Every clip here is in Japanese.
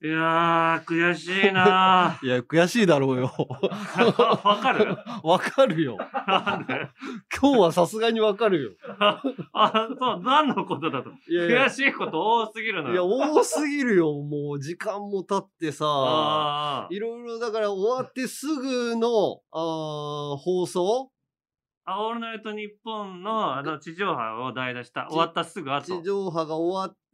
いやー、悔しいないや、悔しいだろうよ。 わかるわかるよ。 なんで今日はさすがにわかるよ。 そう、何のことだと。 いやいや悔しいこと多すぎるのいや、 よ。 多すぎるよ。もう、時間も経ってさ、 あいろいろだから終わってすぐの、放送オールナイトニッポンの地上波を代打した。終わったすぐ後。 地上波が終わって、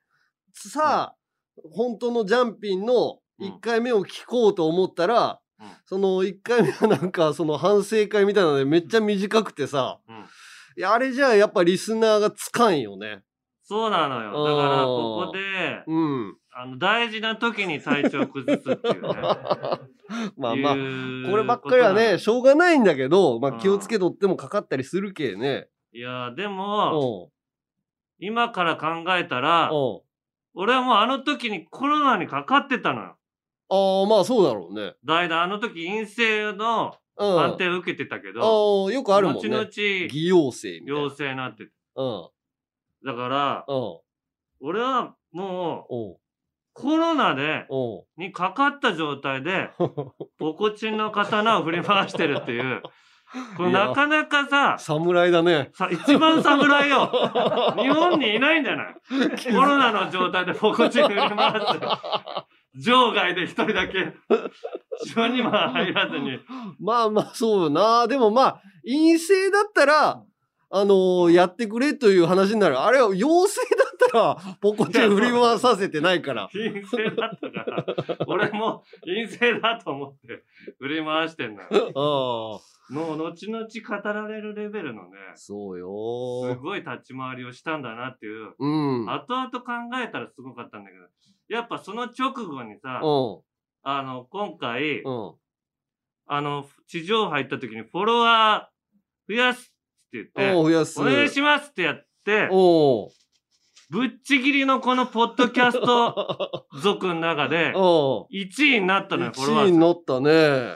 さあ、本当のジャンピンの1回目を聞こうと思ったら、その1回目はなんかその反省会みたいなのでめっちゃ短くてさ、いやあれじゃあやっぱリスナーがつかんよね。 そうなのよ。だからここで、大事な時に体調崩すっていうね。 まあまあ、こればっかりはね、しょうがないんだけど、まあ気をつけとってもかかったりするけね。 いや、でも、今から考えたら、俺はもうあの時にコロナにかかってたのよ。 ああ、まあそうだろうね。 代打、あの時陰性の判定を受けてたけど、 ああ、よくあるもんね。 後々、 偽陽性みたいな。 陽性になってて。だから、俺はもう、コロナにかかった状態で、ポコチンの刀を振り回してるっていう、これなかなかさ、 侍だね。 一番侍よ。日本にいないんじゃないコロナの状態でポコチン振り回して。場外で一人だけ、自分にも入らずに。 まあまあ、そうよな。でもまあ、陰性だったら、やってくれという話になる。あれは陽性だったら、ポコチン振り回させてないから。 陰性だったから、俺も陰性だと思って振り回してんのよ。もう後々語られるレベルのね、 そうよ。 すごい立ち回りをしたんだなっていう、後々考えたらすごかったんだけど、やっぱその直後にさ、今回、地上波行った時にフォロワー増やすって言って、お願いしますってやって、ぶっちぎりのこのポッドキャスト族の中で、1位になったのよ、フォロワー数。 1位になったね。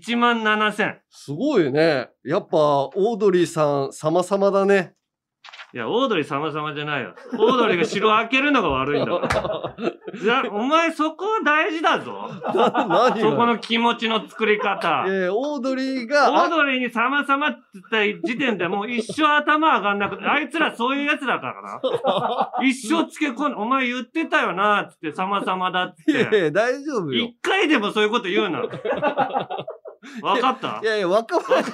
17,000。 すごいね。やっぱ、オードリーさん、様々だね。 いや、オードリー様々じゃないよ。オードリーが城開けるのが悪いんだから。いや、お前そこ大事だぞ。そこの気持ちの作り方。 オードリーが。 オードリーに様々って言った時点でもう一生頭上がんなくて、あいつらそういうやつだからな。一生つけ込んで、お前言ってたよな、つって様々だって。 いやいや、大丈夫よ。 一回でもそういうこと言うな。わかったいやいや、若林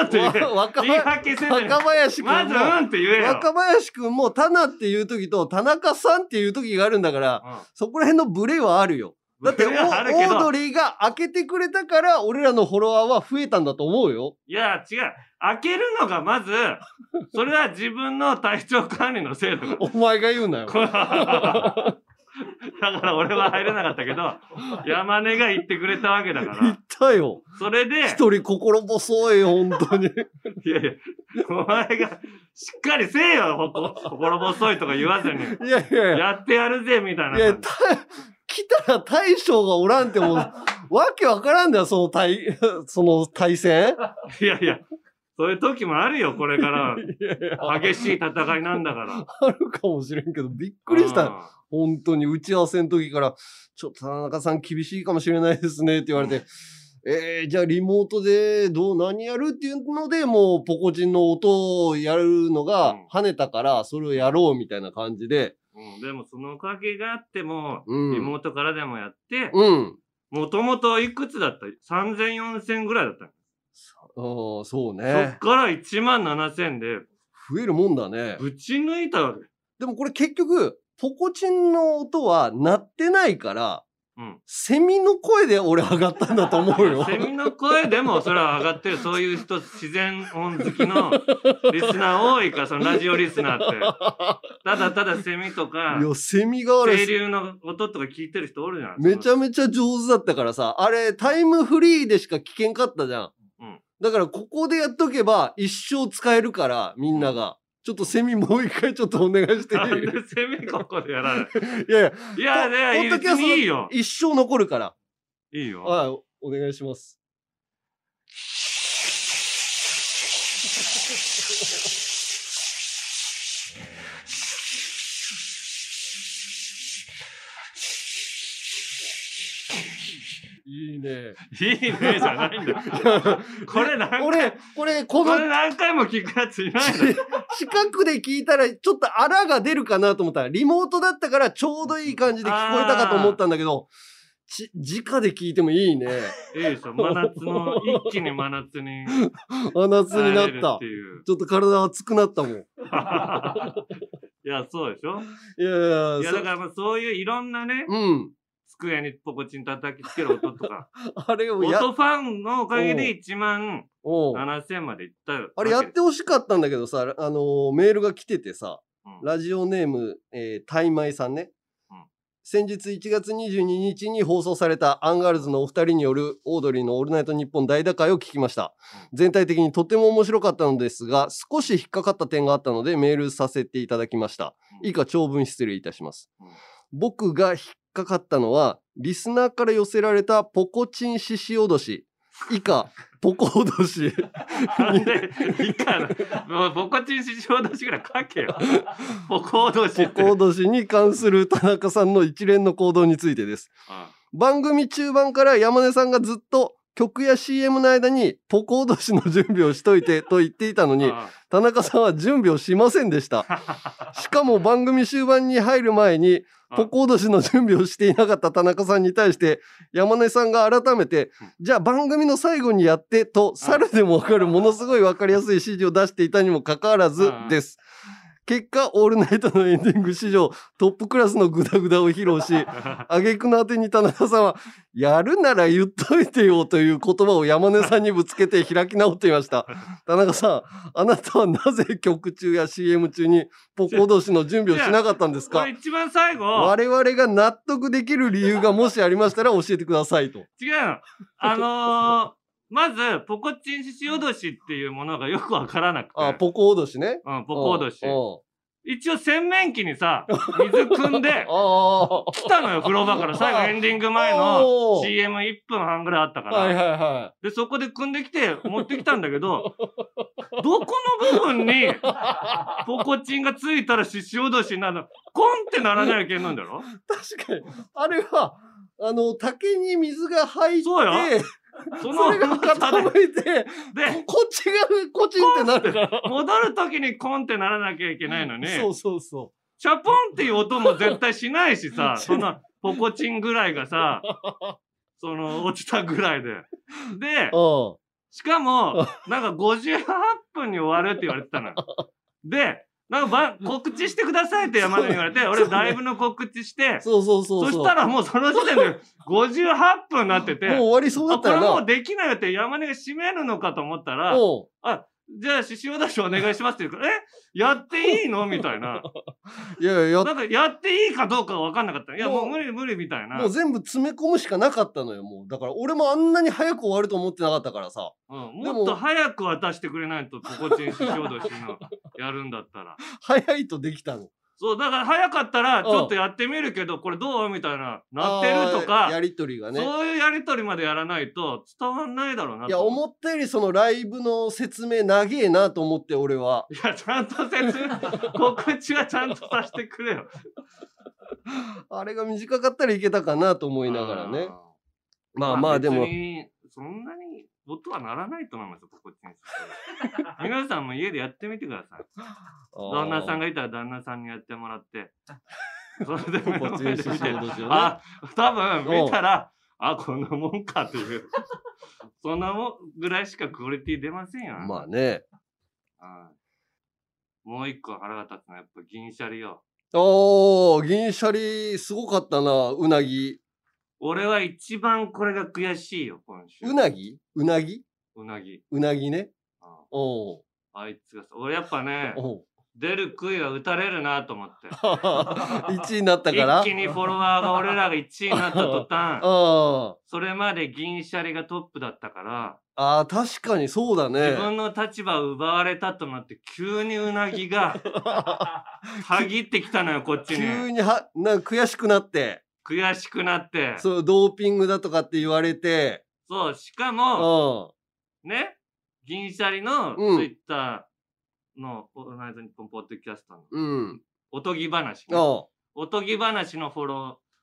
くんも、 まずうんって言えよ。 若林くんも、タナっていう時と、田中さんっていう時があるんだから、そこら辺のブレはあるよ。だってオードリーが開けてくれたから、俺らのフォロワーは増えたんだと思うよ。 いや、違う。開けるのがまず、それは自分の体調管理のせいだから。 お前が言うなよ。 だから俺は入れなかったけど、山根が言ってくれたわけだから。 言ったよ。 それで。 一人心細いよ、本当に。 いやいや、お前がしっかりせえよ、心細いとか言わずに。 いやいややってやるぜ、みたいな。 いや、来たら大将がおらんってもう、わけわからんだよ、その対戦。 いやいや。そういう時もあるよ、これから。激しい戦いなんだから。 あるかもしれんけど、びっくりした。本当に打ち合わせの時から、ちょっと田中さん厳しいかもしれないですねって言われて、じゃあリモートで何やるっていうので、もうポコチンの音をやるのが跳ねたから、それをやろうみたいな感じで。 でもそのおかげがあっても、リモートからでもやって、もともといくつだった ?3000、4000ぐらいだった。 そうね。 そっから17,000で。 増えるもんだね。 ぶち抜いたわけ。 でもこれ結局、ポコチンの音は鳴ってないから、セミの声で俺上がったんだと思うよ。 セミの声でもそれは上がってる。そういう人、自然音好きのリスナー多いから、そのラジオリスナーって。ただただセミとか、 いや、セミがある。 清流の音とか聞いてる人おるじゃん。 めちゃめちゃ上手だったからさ、あれタイムフリーでしか聞けんかったじゃん。だからここでやっとけば一生使えるから、みんなが。ちょっとセミもう一回ちょっとお願いしていい？ なんでセミここでやらない？ いやいや。 いや、いや、別にいいよ。 一生残るから。 いいよ。 はい、お願いします。 いいね。 いいねじゃないんだよ。これ何回も聞くやついないの。 近くで聞いたらちょっとあらが出るかなと思ったら、リモートだったからちょうどいい感じで聞こえたかと思ったんだけど、直で聞いてもいいね。 いいでしょ。一気に真夏に。 真夏になった。ちょっと体熱くなったもん。いや、そうでしょ。 いや、だからそういういろんなね、机にポコチン叩きつける音とか。 あれを音ファンのおかげで1万7000までいったよ。 あれやってほしかったんだけどさ、メールが来ててさ、ラジオネーム、タイマイさんね。先日1月22日に放送されたアンガールズのお二人によるオードリーのオールナイトニッポン大打開を聞きました。全体的にとても面白かったのですが、少し引っかかった点があったのでメールさせていただきました。以下長文失礼いたします。僕が引っかかったのは、リスナーから寄せられたポコチン獅子おどし。以下、ポコおどし。 なんで、以下、もうポコチン獅子おどしぐらい書けよ。ポコおどし。 ポコおどしに関する田中さんの一連の行動についてです。番組中盤から山根さんがずっと曲や CM の間にポコおどしの準備をしといてと言っていたのに、田中さんは準備をしませんでした。しかも番組終盤に入る前に、ポコおどしの準備をしていなかった田中さんに対して、山根さんが改めて、じゃあ番組の最後にやってと、猿でもわかるものすごいわかりやすい指示を出していたにもかかわらずです。結果、オールナイトのエンディング史上トップクラスのグダグダを披露し、挙句の果てに田中さんは、やるなら言っといてよという言葉を山根さんにぶつけて開き直っていました。田中さん、あなたはなぜ曲中や CM 中にポコ同士の準備をしなかったんですか？ これ一番最後。 我々が納得できる理由がもしありましたら教えてくださいと。 違うの。まず、ポコチン獅子おどしっていうものがよくわからなくて。 ポコおどしね。 ポコおどし。一応洗面器にさ、水汲んで、来たのよ、風呂場から最後エンディング前の CM1 分半ぐらいあったから。で、そこで汲んできて持ってきたんだけど、どこの部分にポコチンがついたら獅子おどしになるの？コンってならないといけないんだろ？ 確かに。あれは、竹に水が入って、 そうよ。 それが傾いて、で、こっちがコチンってなるから。 戻るときにコンってならなきゃいけないのに。 そうそうそう。 チャポンっていう音も絶対しないしさ、そんなポコチンぐらいがさ、落ちたぐらいで。で、しかも、なんか58分に終わるって言われてたのよ。で、なんか告知してくださいって山根に言われて、俺ライブの告知して、そしたらもうその時点で58分になってて、 もう終わりそうだったよな。 これもうできないよって山根が閉めるのかと思ったら、じゃあ獅子おどしお願いしますって言うから、やっていいのみたいな。 いやいや、 なんかやっていいかどうかが分かんなかった。いや、もう無理みたいな。 もう全部詰め込むしかなかったのよ、もう。だから俺もあんなに早く終わると思ってなかったからさ。 もっと早く渡してくれないと、ポコチン獅子おどしのやるんだったら。 早いとできたの。 そう、だから早かったら、ちょっとやってみるけど、これどうみたいな、なってるとか、 やりとりがね。 そういうやりとりまでやらないと伝わんないだろうな。 いや、思ったよりそのライブの説明長えなと思って、俺は。 いや、ちゃんと告知はちゃんとさせてくれよ。 あれが短かったらいけたかなと思いながらね。まあでも。 そんなに音は鳴らないと思いますよ、こっちに。皆さんも家でやってみてください。旦那さんがいたら旦那さんにやってもらって。それで目の前で見て、多分見たら、こんなもんかっていう。そんなもんぐらいしかクオリティ出ませんよ。 まあね。 もう一個腹が立つのはやっぱ銀シャリよ。 銀シャリすごかったな、うなぎ。 俺は一番これが悔しいよ、今週。 うなぎね。 あいつがさ、俺やっぱね、出る杭は打たれるなと思って。 1位になったから一気にフォロワーが俺らが1位になった途端、それまで銀シャリがトップだったから、 確かにそうだね。 自分の立場を奪われたとなって、急にうなぎが、たぎってきたのよ、こっちに。 急になんか悔しくなって。 そう、 ドーピングだとかって言われて。 そう、しかも、ね、銀シャリのツイッターのオールナイトニッポンポッドキャストの、おとぎ話。おとぎ話のフォロ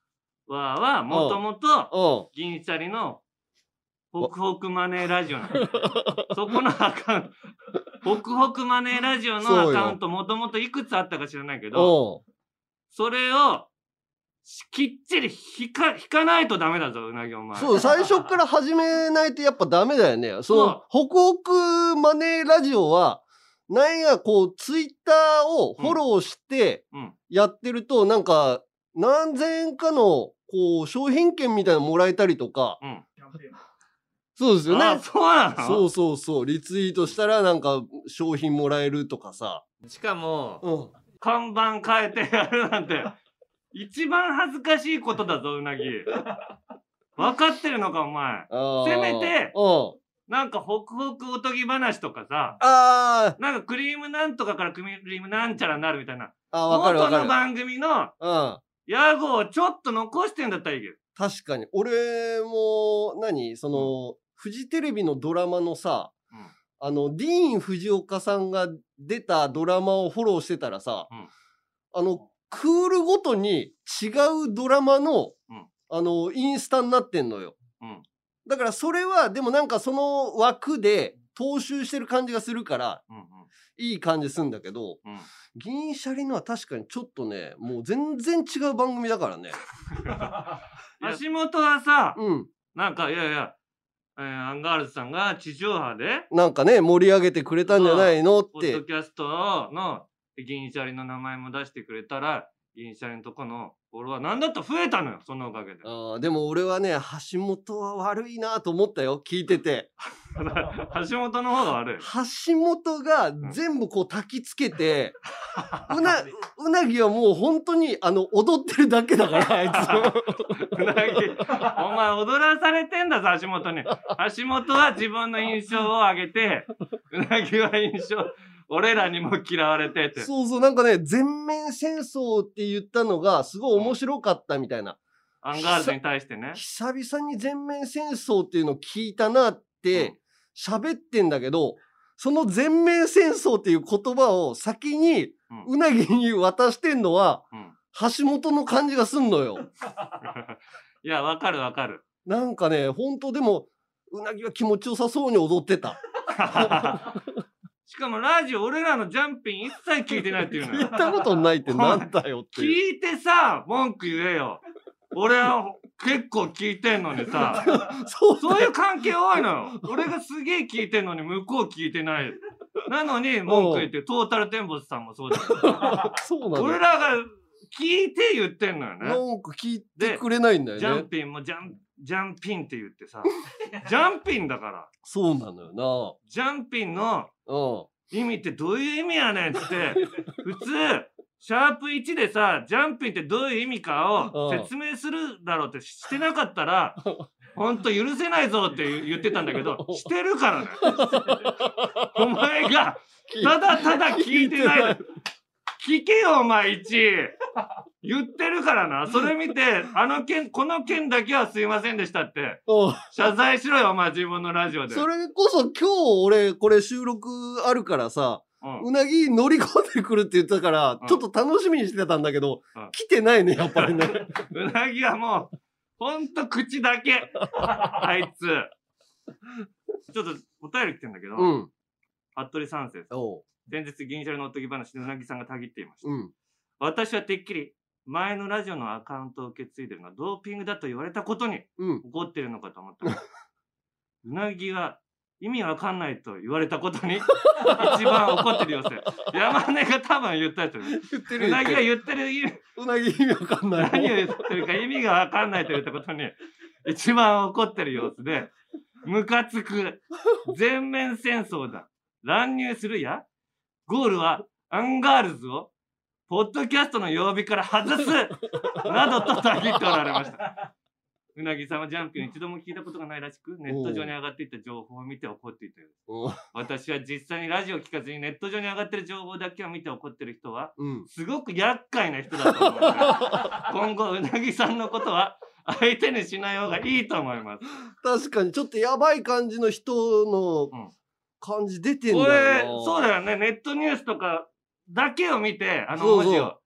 はもともと銀シャリのホクホクマネーラジオなの。そこのアカウント、ホクホクマネーラジオのアカウントもともといくつあったか知らないけど、それをきっちり引かないとダメだぞ、うなぎお前。 そう、最初から始めないとやっぱダメだよね。その、ホクホクマネーラジオは、なんや、こう、ツイッターをフォローしてやってると、なんか、何千円かの、こう、商品券みたいなのもらえたりとか。そうですよね。 そうなの？ そう。リツイートしたら、なんか、商品もらえるとかさ。 しかも、看板変えてやるなんて、一番恥ずかしいことだぞ、うなぎ。分かってるのか、お前。せめて、なんかホクホクおとぎ話とかさ、なんかクリームなんとかからクリームなんちゃらになるみたいな、元の番組の屋号をちょっと残してんだったらいいけど。 確かに。俺も、その、フジテレビのドラマのさ、ディーン・フジオカさんが出たドラマをフォローしてたらさ、クールごとに違うドラマの、インスタになってんのよ。だからそれは、でもなんかその枠で踏襲してる感じがするから、いい感じするんだけど、銀シャリのは確かにちょっとね、もう全然違う番組だからね。 橋本はさ、なんか、いやいや、アンガールズさんが地上波でなんかね、盛り上げてくれたんじゃないのって。 ポッドキャストの銀シャリの名前も出してくれたら、銀シャリのとこのフォロワーなんだったら増えたのよ、そのおかげで。 でも俺はね、橋本は悪いなと思ったよ、聞いてて。 橋本の方が悪い。 橋本が全部こう焚きつけて、うなぎはもう本当に踊ってるだけだから、あいつ。 うなぎ、お前踊らされてんだぞ、橋本に。橋本は自分の印象を上げて、うなぎは俺らにも嫌われてって。 そう、なんかね、全面戦争って言ったのがすごい面白かったみたいな。 アンガールズに対してね。 久々に全面戦争っていうのを聞いたなって喋ってんだけど、その全面戦争っていう言葉を先にうなぎに渡してんのは、橋本の感じがすんのよ。 いや、わかる。 なんかね、ほんとでも、うなぎは気持ちよさそうに踊ってた。 しかもラジオ、俺らのジャンピン一切聞いてないっていうのよ。 聞いたことないってなんだよって。 聞いてさ、文句言えよ。俺は結構聞いてんのにさ、そういう関係多いのよ。俺がすげえ聞いてんのに向こう聞いてない。なのに文句言って、トータルテンボスさんもそうだよ。 そうなんだ。 俺らが聞いて言ってんのよね。 なんか聞いてくれないんだよね。 ジャンピンもジャンピンって言ってさ、ジャンピンだから。 そうなのよな。 ジャンピンの意味ってどういう意味やねんって、普通、シャープ1でさ、ジャンピンってどういう意味かを説明するだろうってしてなかったら、ほんと許せないぞって言ってたんだけど、してるからね。お前が、ただただ聞いてない。聞けよ、お前1位。言ってるからな。それ見て、この件だけはすいませんでしたって。謝罪しろよ、お前自分のラジオで。 それこそ今日俺、これ収録あるからさ、うなぎ乗り込んでくるって言ったから、ちょっと楽しみにしてたんだけど、来てないね、やっぱりね。 うなぎはもう、ほんと口だけ。あいつ。ちょっとお便り来てんだけど、服部三世さん。先日銀シャリのおとぎ話でうなぎさんがたぎっていました。私はてっきり前のラジオのアカウントを受け継いでるのはドーピングだと言われたことに怒ってるのかと思った。うなぎは意味わかんないと言われたことに一番怒ってる様子。山根が多分言ったやつ。うなぎが言ってるうなぎ意味わかんない。 何を言ってるか意味がわかんないと言ったことに一番怒ってる様子で、ムカつく。全面戦争だ。乱入するやゴールはアンガールズをポッドキャストの曜日から外すなどとたぎっておられました。うなぎさんはジャンピンを一度も聞いたことがないらしく、ネット上に上がっていった情報を見て怒っていたようです。私は実際にラジオを聞かずにネット上に上がってる情報だけを見て怒ってる人は、すごく厄介な人だと思うので、今後うなぎさんのことは相手にしない方がいいと思います。 確かにちょっとやばい感じの人の感じ出てんだよな。 そうだよね。ネットニュースとかだけを見て、文字を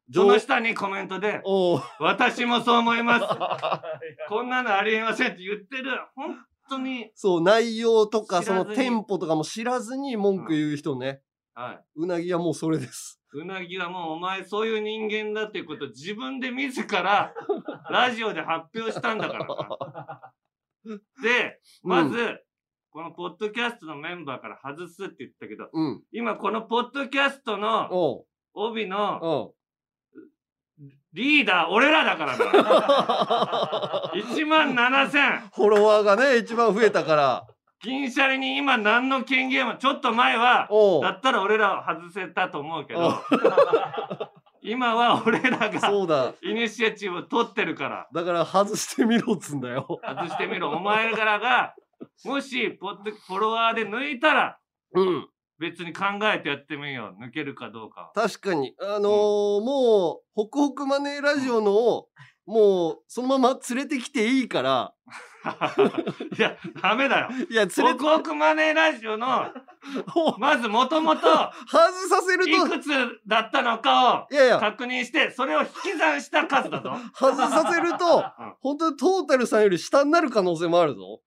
その下にコメントで、私もそう思います。こんなのありえませんって言ってる。本当に。 そう、内容とか、そのテンポとかも知らずに文句言う人ね。 はい。 うなぎはもうそれです。 うなぎはもうお前そういう人間だっていうことを自分で自らラジオで発表したんだからな。で、まず、このポッドキャストのメンバーから外すって言ったけど、今このポッドキャストの帯のリーダー俺らだからな。17000。 フォロワーがね、一番増えたから。 銀シャリに今何の権限も、ちょっと前は、だったら俺ら外せたと思うけど、今は俺らがイニシアチブを取ってるから。 だから外してみろっつんだよ。 外してみろ。お前らが、もしフォロワーで抜いたら、別に考えてやってみよう。抜けるかどうか。 確かに。もう、ホクホクマネーラジオの、もう、そのまま連れてきていいから。 いや、ダメだよ。 いや、 ホクホクマネーラジオの、まずもともと、 外させると、 いくつだったのかを確認して、それを引き算した数だぞ。 外させると、本当にトータルさんより下になる可能性もあるぞ。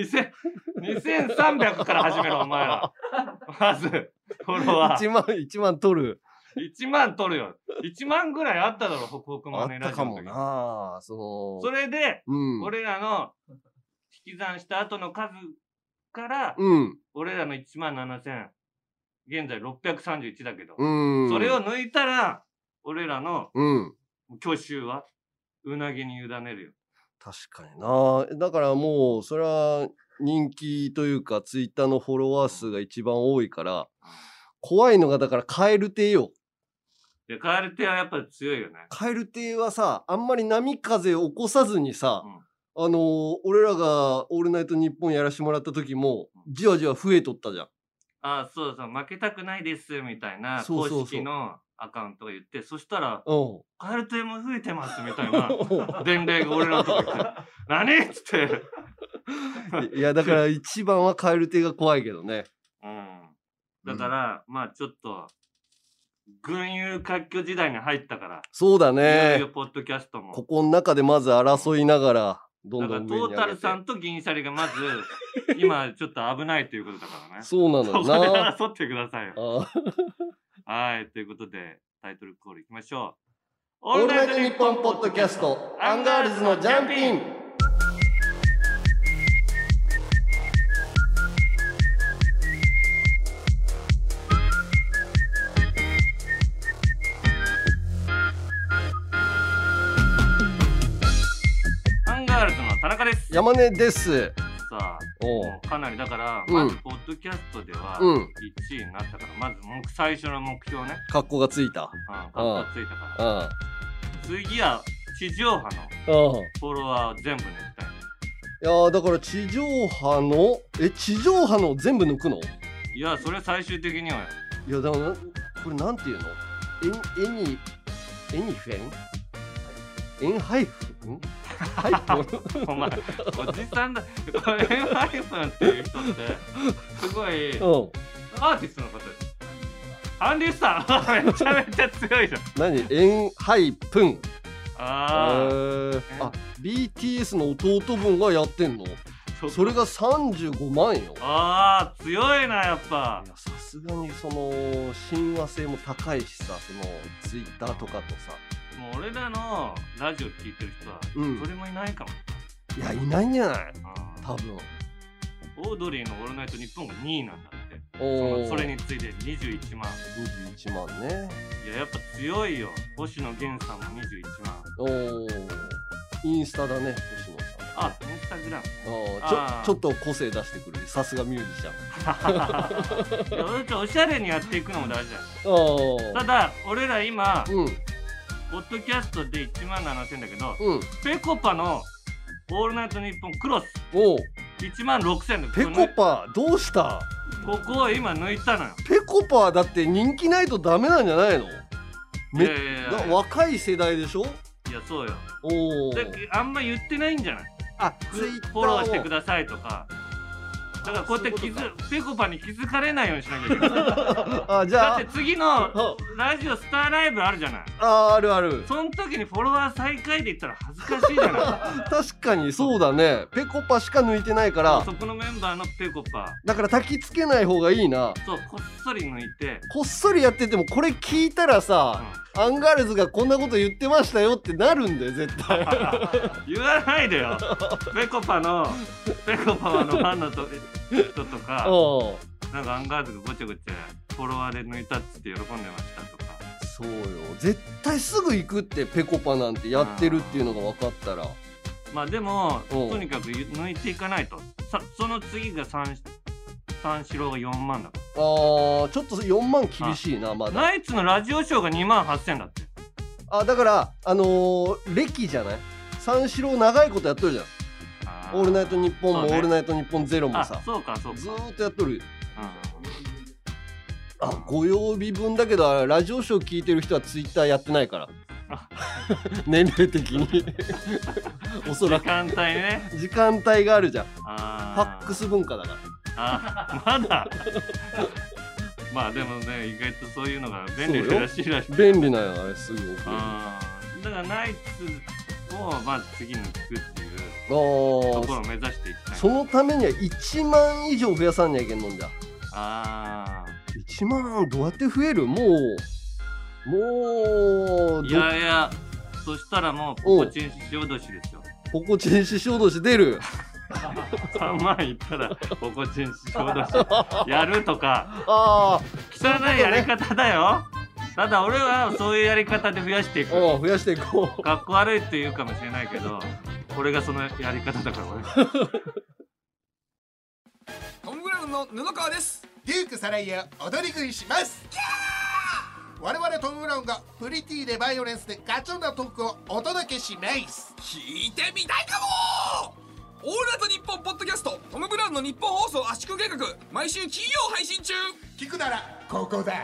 2300から始めろ、お前ら。まず、フォロワー。 1万取る。 1万取るよ。1万ぐらいあっただろ、ホクホクマネーラジオの時。 あったかもな。 それで、俺らの引き算した後の数から、俺らの17000、現在631だけど、それを抜いたら、俺らの去就はうなぎに委ねるよ。 確かにな。だからもう、それは人気というか、ツイッターのフォロワー数が一番多いから、怖いのが、だから、蛙亭よ。 いや、蛙亭はやっぱ強いよね。 蛙亭はさ、あんまり波風を起こさずにさ、俺らがオールナイトニッポンやらしてもらった時も、じわじわ増えとったじゃん。 ああ、そうそう、負けたくないです、みたいな公式のアカウントが言って、そしたら、蛙亭も増えてます、みたいな伝令が俺らのとこ言って、何っつって。 いや、だから一番は蛙亭が怖いけどね。 だから、まあちょっと、群雄割拠時代に入ったから。 そうだね。 いよいよポッドキャストも。 ここの中でまず争いながら、どんどんトータルさんと銀シャリがまず、今ちょっと危ないということだからね。 そうなのよな。 そこで争ってくださいよ。はい、ということで、タイトルコールいきましょう。オールナイトニッポンポッドキャスト、アンガールズのジャンピン。 田中です。 山根です。 さあ、かなりだから、まずポッドキャストでは1位になったから、まず最初の目標ね。 格好がついた。 格好がついたから。次は地上波のフォロワーを全部抜きたい。 いやだから地上波の地上波の全部抜くの？ いや、それ最終的には。 いやだからこれなんていうの？エニフェン？エンハイフン？ お前、おじさんだ。エンハイフンっていう人って、すごい、アーティストの方です。アンディさん、めちゃめちゃ強いじゃん。 何？エンハイプン。BTS の弟分がやってんの？それが35万よ。 強いな、やっぱ。 さすがにその親和性も高いしさ、そのツイッターとかとさ。 もう俺らのラジオ聞いてる人はそれもいないかも。 いや、いないんじゃない？多分オードリーのオールナイトニッポンが2位なんだって。それに次いで21万。 21万ね。 いや、やっぱ強いよ。星野源さんも21万。 インスタだね、星野さん。 インスタグラム。 ちょっと個性出してくる。さすがミュージシャン。 俺おしゃれにやっていくのも大事だよ。ただ俺ら今ポッドキャストで17000だけど、ぺこぱのオールナイトニッポンクロス16000だ。 ぺこぱどうした？ ここを今抜いたのよ。 ぺこぱはだって人気ないとダメなんじゃないの？若い世代でしょ？ いや、そうよ。あんま言ってないんじゃない？ ツイッターフォローしてくださいとか。 だからこうやってぺこぱに気づかれないようにしなきゃいけないあ、じゃあだって次のラジオスターライブあるじゃない。 あるある。 その時にフォロワー最下位で言ったら恥ずかしいじゃない確かにそうだね。ぺこぱしか抜いてないからそこのメンバーのぺこぱだから焚きつけない方がいいな。 そうこっそり抜いてこっそりやっててもこれ聞いたらさ、アンガールズがこんなこと言ってましたよってなるんだよ絶対言わないでよぺこぱのファンの人とかなんかアンガールズがごちゃごちゃフォロワーで抜いたっつって喜んでましたとか。 そうよ絶対すぐ行くってぺこぱなんてやってるっていうのが分かったらまあでもとにかく抜いていかないとその次が三四郎が4万だからちょっと4万厳しいなまだ。 ナイツのラジオショーが2万8000だって。 だから歴じゃない三四郎長いことやっとるじゃん。オールナイトニッポンも、オールナイトニッポンゼロもさそうかずーっとやっとる。ご曜日分だけどラジオショー聞いてる人はツイッターやってないから年齢的におそらく時間帯があるじゃん。ファックス文化だから。 まだまあでもね意外とそういうのが便利らしいらしい。 便利なよあれすぐ送る。 だからナイツをまず次に聞くっていうところを目指していきたい。 そのためには1万以上増やさんにゃいけんのんじゃ。1万どうやって増える？もういやそしたらもうポコチンししおどしですよ。 ポコチンししおどし出る 3万いったらポコチンししおどしやるとか汚いやり方だよ。ただ俺はそういうやり方で増やしていく。 増やしていこう。 かっこ悪いって言うかもしれないけどこれがそのやり方だから俺トム・ブラウンの布川です。 デュークサライヤ踊り食いします。我々トム・ブラウンがプリティでバイオレンスでガチョンなトークをお届けします。 聞いてみたいかも。オールナイトニッポンポッドキャストトム・ブラウンの日本放送圧縮計画毎週金曜配信中。 聞くならここだ。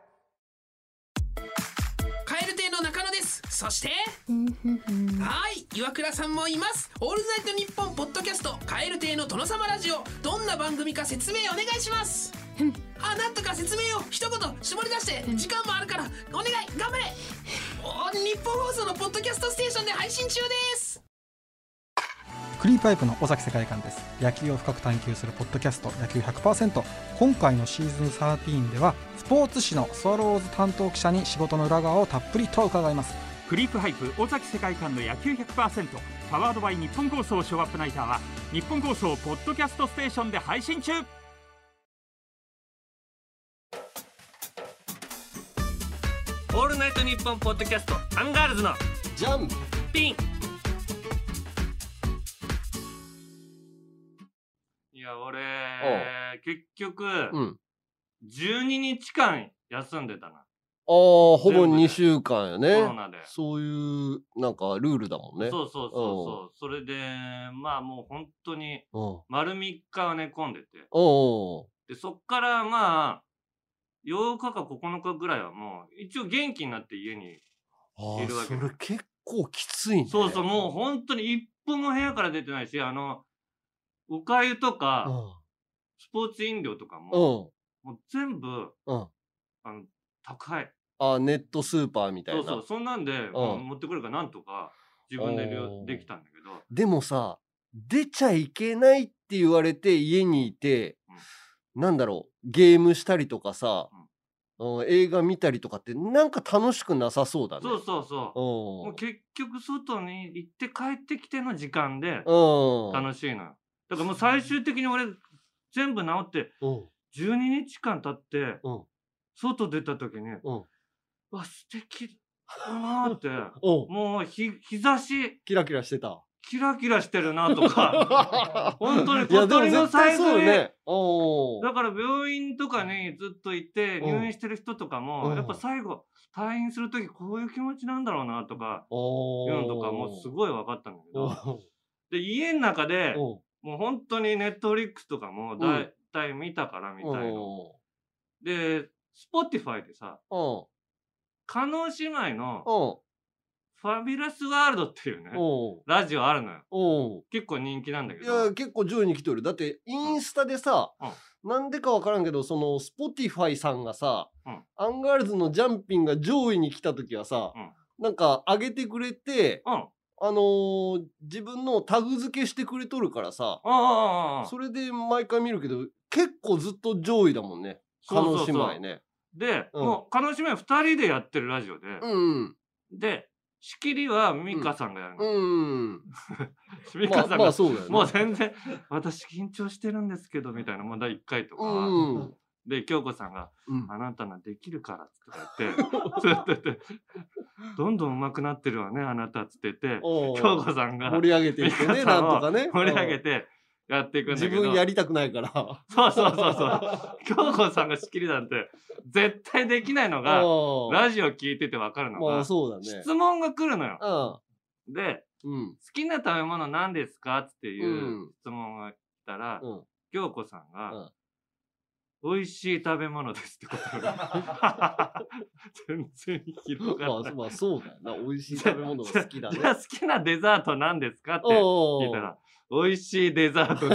カエル亭の中野です。そしてはい岩倉さんもいます。オールナイトニッポンポッドキャストカエル亭の殿様ラジオどんな番組か説明お願いします。なんとか説明を一言絞り出して時間もあるからお願い頑張れ。日本放送のポッドキャストステーションで配信中です。 クリーパイプの尾崎世界観です。野球を深く探求するポッドキャスト野球 100%。 今回のシーズン13ではスポーツ紙のスワローズ担当記者に仕事の裏側をたっぷりと伺います。 クリープハイプ尾崎世界観の野球 100% パワードバイ日本放送ショーアップナイターは日本放送ポッドキャストステーションで配信中。 オールナイトニッポンポッドキャストアンガールズのジャンピン。いや俺結局、12日間休んでたな。 ほぼ2週間やね。 コロナでそういうなんかルールだもんね。 そうそれでまあもう本当に丸3日は寝込んでてでそっからまあ8日か9日ぐらいはもう一応元気になって家にいるわけ。 それ結構きついね。 そうもう本当に一歩も部屋から出てないしおかゆとかスポーツ飲料とかももう全部高い。 ネットスーパーみたいな。 そんなんで持ってくるからなんとか自分でできたんだけど。 でもさ出ちゃいけないって言われて家にいて、なんだろうゲームしたりとかさ、映画見たりとかってなんか楽しくなさそうだね。もう結局外に行って帰ってきての時間で楽しいのよ。だからもう最終的に俺全部治って12日間経って外出た時にわ素敵だなってもう日差しキラキラしてた。 キラキラしてるなとか本当に小鳥のサイズにだから病院とかにずっといて入院してる人とかもやっぱ最後退院する時こういう気持ちなんだろうなとかいうのとかもすごい分かったんだけどで家の中でもう本当にネットフリックスとかもだいたい見たからみたいのでSpotifyでさ加納姉妹のファビュラスワールドっていうね、ラジオあるのよ。結構人気なんだけど。 いや、結構上位に来とる。だって、インスタでさ、なんでかわからんけど、その、スポティファイさんがさ、アンガールズのジャンピンが上位に来た時はさ、なんか上げてくれて、自分のタグ付けしてくれとるからさ、それで毎回見るけど、結構ずっと上位だもんね。叶姉妹ね。 で、もう、叶姉妹2人でやってるラジオで、で、仕切りはミカさんがやるの。ミカさんが、もう全然、私緊張してるんですけど、みたいな、もう第1回とか。で、京子さんが、あなたのできるからって言って、どんどん上手くなってるわね、あなたって言って、京子さんが、 盛り上げていってね、なんとかね。 盛り上げて、やっていくんだけど。 自分やりたくないから。 そう。京子さんが仕切りなんて、絶対できないのが、ラジオ聞いてて分かるのが、質問が来るのよ。で、好きな食べ物何ですかっていう質問が来たら、京子さんが、美味しい食べ物ですってことが全然広がらない。 まあそうだよな。美味しい食べ物が好きだね。 じゃあ好きなデザート何ですかって聞いたら、美味しいデザートです。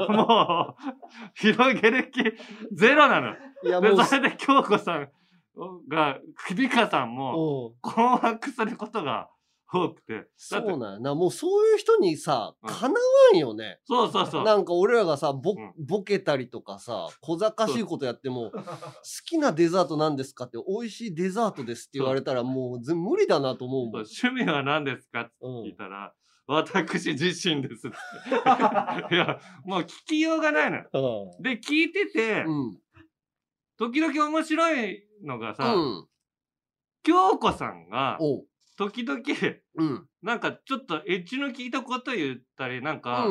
もう、広げる気ゼロなの。で、それで京子さんが、美香さんも困惑することが多くて。 そうなんやな。もうそういう人にさ、かなわんよね。 そう。 なんか俺らがさ、ボケたりとかさ、小賢しいことやっても、好きなデザート何ですかって、美味しいデザートですって言われたらもう無理だなと思うもん。 趣味は何ですかって聞いたら、私自身ですって。いや、もう聞きようがないのよ。で、聞いてて、時々面白いのがさ、京子さんが、時々、なんかちょっとエッジの効いたこと言ったり、なんか、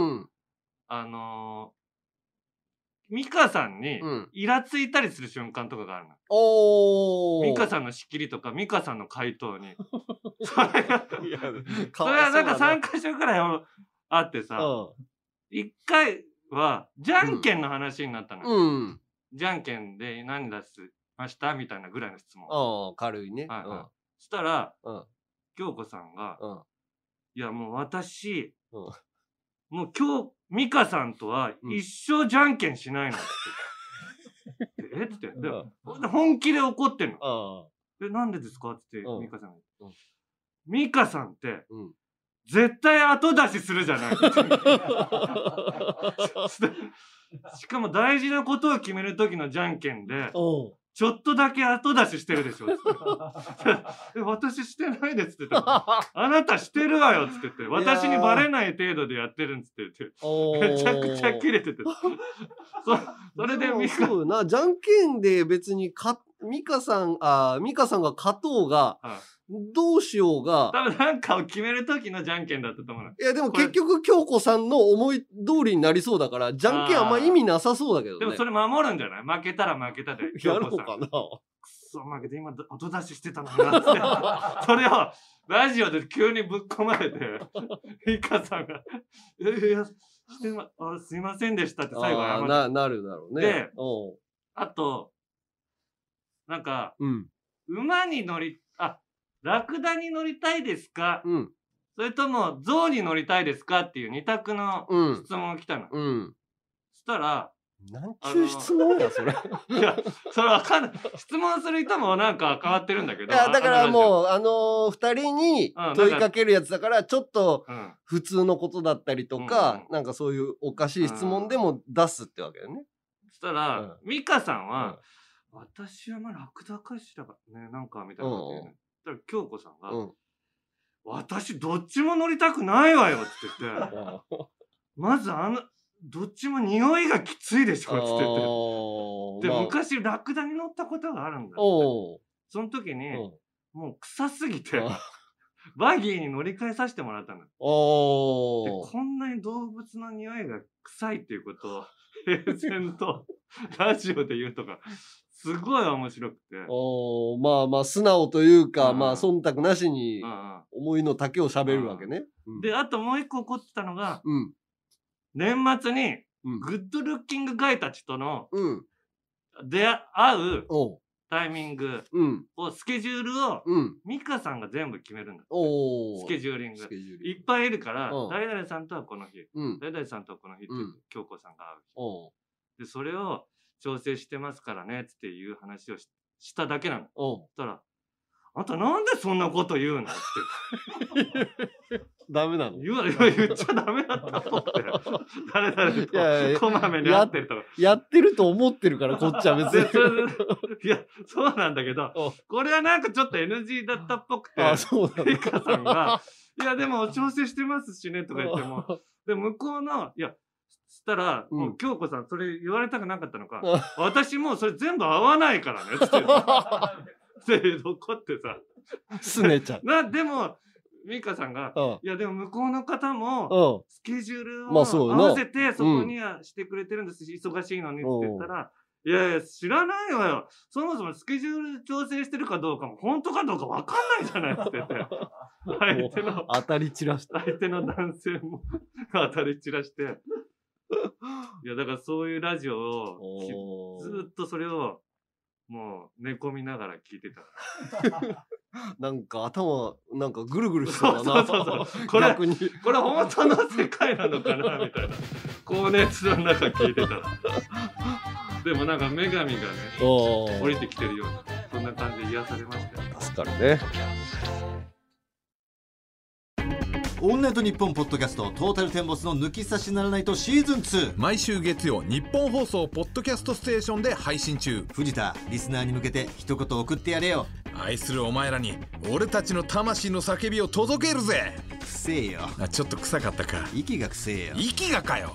ミカさんにイラついたりする瞬間とかがあるの。ミカさんの仕切りとか、ミカさんの回答に。それはなんか3箇所くらいあってさ、1回はじゃんけんの話になったの。じゃんけんで何出しましたみたいなぐらいの質問。 軽いね。 そしたら、京子さんが、いやもう私、もう今日、ミカさんとは一生じゃんけんしないのって。えって言って。本気で怒ってんの。なんでですかって言って、ミカさんが。ミカさんって、絶対後出しするじゃない。しかも大事なことを決める時のじゃんけんで、ちょっとだけ後出ししてるでしょ。私してないですって言って、あなたしてるわよって言って、私にバレない程度でやってるんって言って、めちゃくちゃキレてて。それでミカ。 そうよな、じゃんけんで別にミカさんが勝とうが、どうしようが。 多分なんかを決める時のじゃんけんだったと思う。 いやでも結局京子さんの思い通りになりそうだから、じゃんけんあんま意味なさそうだけどね。 でもそれ守るんじゃない？負けたら負けたで。 やろうかな。くそ負けて今後出ししてたのになって。それをラジオで急にぶっ込まれて、ミカさんが、すいませんでしたって最後謝って。 なるだろうね。 で、あと、なんか、馬にラクダに乗りたいですか、それとも象に乗りたいですかっていう2択の質問が来たの。そしたら、 なんちゅう質問や、それ。 いや、それわかんない。質問する人もなんか変わってるんだけど。 いや、だからもう、二人に問いかけるやつだから、ちょっと普通のことだったりとか、なんかそういうおかしい質問でも出すってわけだよね。 そしたら、ミカさんは、私はまあラクダかしらね、なんかみたいなこと言うね。そしたら京子さんが、私どっちも乗りたくないわよって言って、まずどっちも匂いがきついでしょって言って。で、昔ラクダに乗ったことがあるんだって。その時に、もう臭すぎて、バギーに乗り換えさせてもらったの。で、こんなに動物の匂いが臭いっていうことを平然とラジオで言うとか、すごい面白くて。 まあ素直というか、まあ忖度なしに思いの丈を喋るわけね。 で、あともう一個起こってたのが、年末にグッドルッキングガイたちとの出会うタイミングを、スケジュールを、ミカさんが全部決めるんだって。スケジューリング。いっぱいいるから、誰々さんとはこの日、誰々さんとはこの日って、京子さんが会う日。で、それを調整してますからねっていう話をしただけなの。そしたら、あんたなんでそんなこと言うのって。 ダメなの？ 言っちゃダメだったっぽくて。誰々とこまめに会ってるとか。 やってると思ってるから、こっちは別に。 いや、そうなんだけど、これはなんかちょっと NG だったっぽくて、ミカさんが、いや、でも調整してますしね、とか言っても、で、向こうの、いや、したら、もう京子さん、それ言われたくなかったのか、私もうそれ全部合わないからね、つって。で、残ってさ。 すねちゃう。 でも、ミカさんが、いや、でも向こうの方も、スケジュールを合わせて、そこにはしてくれてるんですし、忙しいのにって言ったら、いやいや、知らないわよ。そもそもスケジュール調整してるかどうかも、本当かどうか分かんないじゃないって言って。相手の、 当たり散らして。 相手の男性も当たり散らして。いや、だからそういうラジオを、ずっとそれを、もう寝込みながら聞いてた。 なんか頭、なんかぐるぐるしてたな。 そう。これ本当の世界なのかなみたいな。高熱の中聞いてたら。でもなんか女神がね、降りてきてるような、そんな感じで癒されましたよ。 助かるね。 オールナイトニッポンポッドキャストトータルテンボスの抜き差しならないとシーズン2、 毎週月曜日本放送ポッドキャストステーションで配信中。 藤田、リスナーに向けて一言送ってやれよ。 愛するお前らに俺たちの魂の叫びを届けるぜ。 くせえよ。 ちょっと臭かったか。 息がくせえよ。 息がかよ。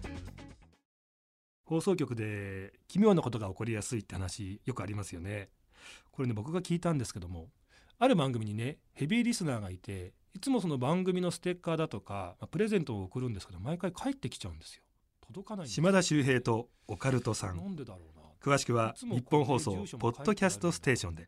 放送局で奇妙なことが起こりやすいって話よくありますよね。これね、僕が聞いたんですけども、ある番組にね、ヘビーリスナーがいて、いつもその番組のステッカーだとか、プレゼントを送るんですけど、毎回帰ってきちゃうんですよ。届かないんですよ。島田秀平とオカルトさん。なんでだろうな。詳しくは日本放送ポッドキャストステーションで。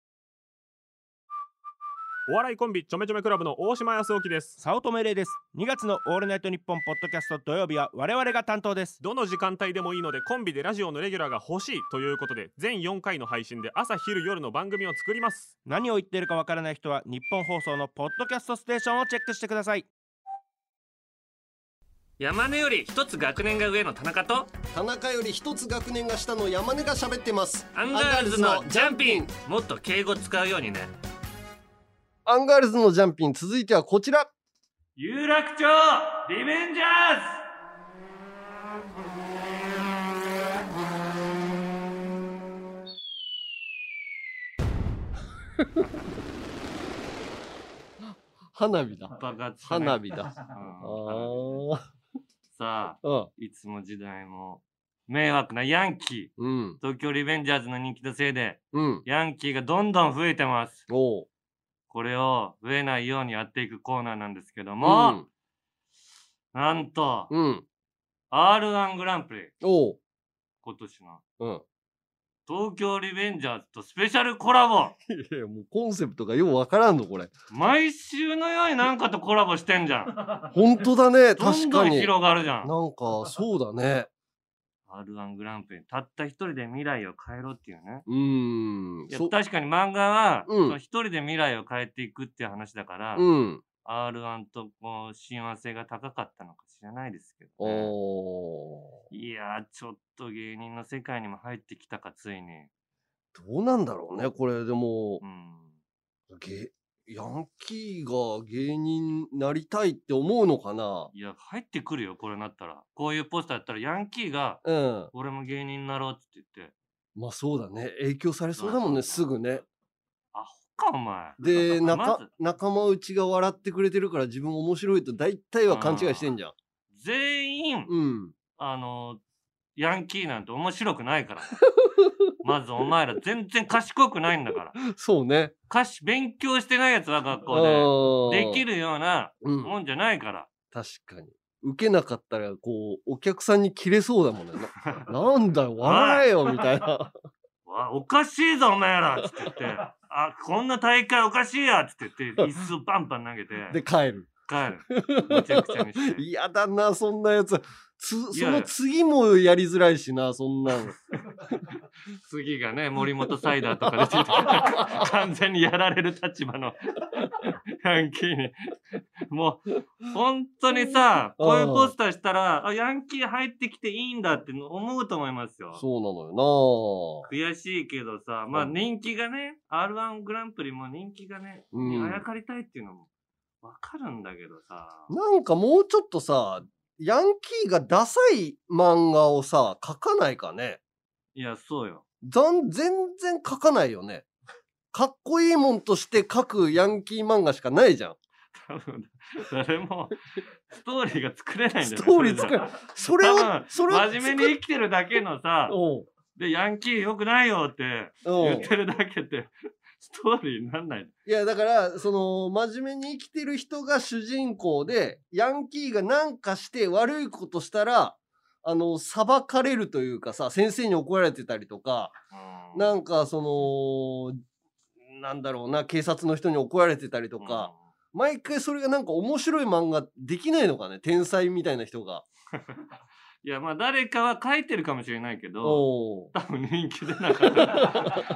お笑いコンビちょめちょめクラブの大島康之です。 早乙女玲です。2月のオールナイトニッポンポッドキャスト土曜日は我々が担当です。 どの時間帯でもいいのでコンビでラジオのレギュラーが欲しいということで、全4回の配信で朝昼夜の番組を作ります。 何を言っているかわからない人は日本放送のポッドキャストステーションをチェックしてください。 山根より一つ学年が上の田中と、 田中より一つ学年が下の山根が喋ってます。 アンガールズのジャンピン。もっと敬語使うようにね。 アンガールズのジャンピン、続いてはこちら。 有楽町リベンジャーズ。 花火だ。花火だ。 さあ、いつも時代も迷惑なヤンキー、東京リベンジャーズの人気のせいで、ヤンキーがどんどん増えてます。これを増えないようにやっていくコーナーなんですけども、なんと、R1 グランプリ、今年の、東京リベンジャーズとスペシャルコラボ。 いや、もうコンセプトがようわからんの、これ。 毎週のようになんかとコラボしてんじゃん。 本当だね、確かに。 どんどん広がるじゃん。 なんか、そうだね。 R1 グランプリ、たった一人で未来を変えろっていうね。いや、確かに漫画は、一人で未来を変えていくっていう話だから、R1 とこう親和性が高かったのか知らないですけどね。いやー、ちょっと芸人の世界にも入ってきたか、ついに。 どうなんだろうね、これでも、ヤンキーが芸人なりたいって思うのかな。 いや、入ってくるよ、これなったら。こういうポスターやったらヤンキーが、俺も芸人になろうって言って。 まあそうだね、影響されそうだもんね、すぐね。 アホか、お前。 で、仲間内が笑ってくれてるから自分面白いと大体は勘違いしてんじゃん。 全員、ヤンキーなんて面白くないから。まずお前ら全然賢くないんだから。 そうね。 勉強してないやつは学校でできるようなもんじゃないから。 確かに。受けなかったら、こう、お客さんにキレそうだもんね。なんだよ、笑えよ、みたいな。 おかしいぞ、お前らつって言って、こんな大会おかしいやつって言って、椅子をパンパン投げて。 で、帰る。 めちゃくちゃにして。 嫌だな、そんなやつ。 その次もやりづらいしな、そんなの。 次がね、森本サイダーとかでついて完全にやられる立場のヤンキーに。もう、本当にさ、こういうポスターしたら、ヤンキー入ってきていいんだって思うと思いますよ。 そうなのよ悔しいけどさ、まあ人気がね、R1 グランプリも人気がね、にあやかりたいっていうのもわかるんだけどさ。 なんかもうちょっとさ、ヤンキーがダサい漫画をさ、描かないかね。 いや、そうよ。 全然描かないよね。かっこいいもんとして描くヤンキー漫画しかないじゃん。 多分、誰も、ストーリーが作れないんだよね。 ストーリー作れない。それを真面目に生きてるだけのさ、で、ヤンキー良くないよって言ってるだけで、ストーリーになんない。 いや、だから、その、真面目に生きてる人が主人公で、ヤンキーがなんかして悪いことしたら、裁かれるというかさ、先生に怒られてたりとか、なんか、その、なんだろうな、警察の人に怒られてたりとか、毎回それがなんか面白い漫画できないのかね、天才みたいな人が。 いや、まあ誰かは書いてるかもしれないけど、多分人気出なかった。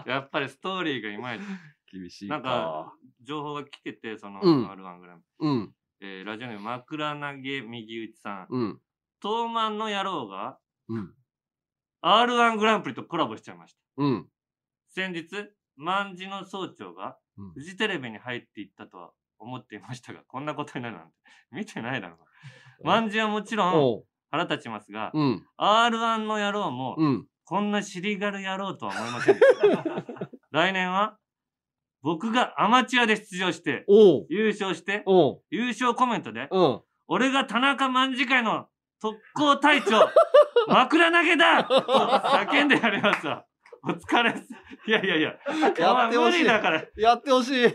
やっぱりストーリーがいまいち。 厳しいなんか、情報が来てて、その、R1 グランプリ。ラジオネーム枕投げ右打ちさん。トーマンの野郎が、R1 グランプリとコラボしちゃいました。先日、万事の総長が、フジテレビに入っていったとは思っていましたが、こんなことになるなんて。見てないだろう。万事はもちろん、腹立ちますが、R1 の野郎も、こんな尻軽野郎とは思いませんでした。来年は、僕がアマチュアで出場して、優勝して、優勝コメントで、俺が田中卍会の特攻隊長、枕投げだと叫んでやりますわ。お疲れっす。いや、 やってほしい。 無理だから。 やってほしい。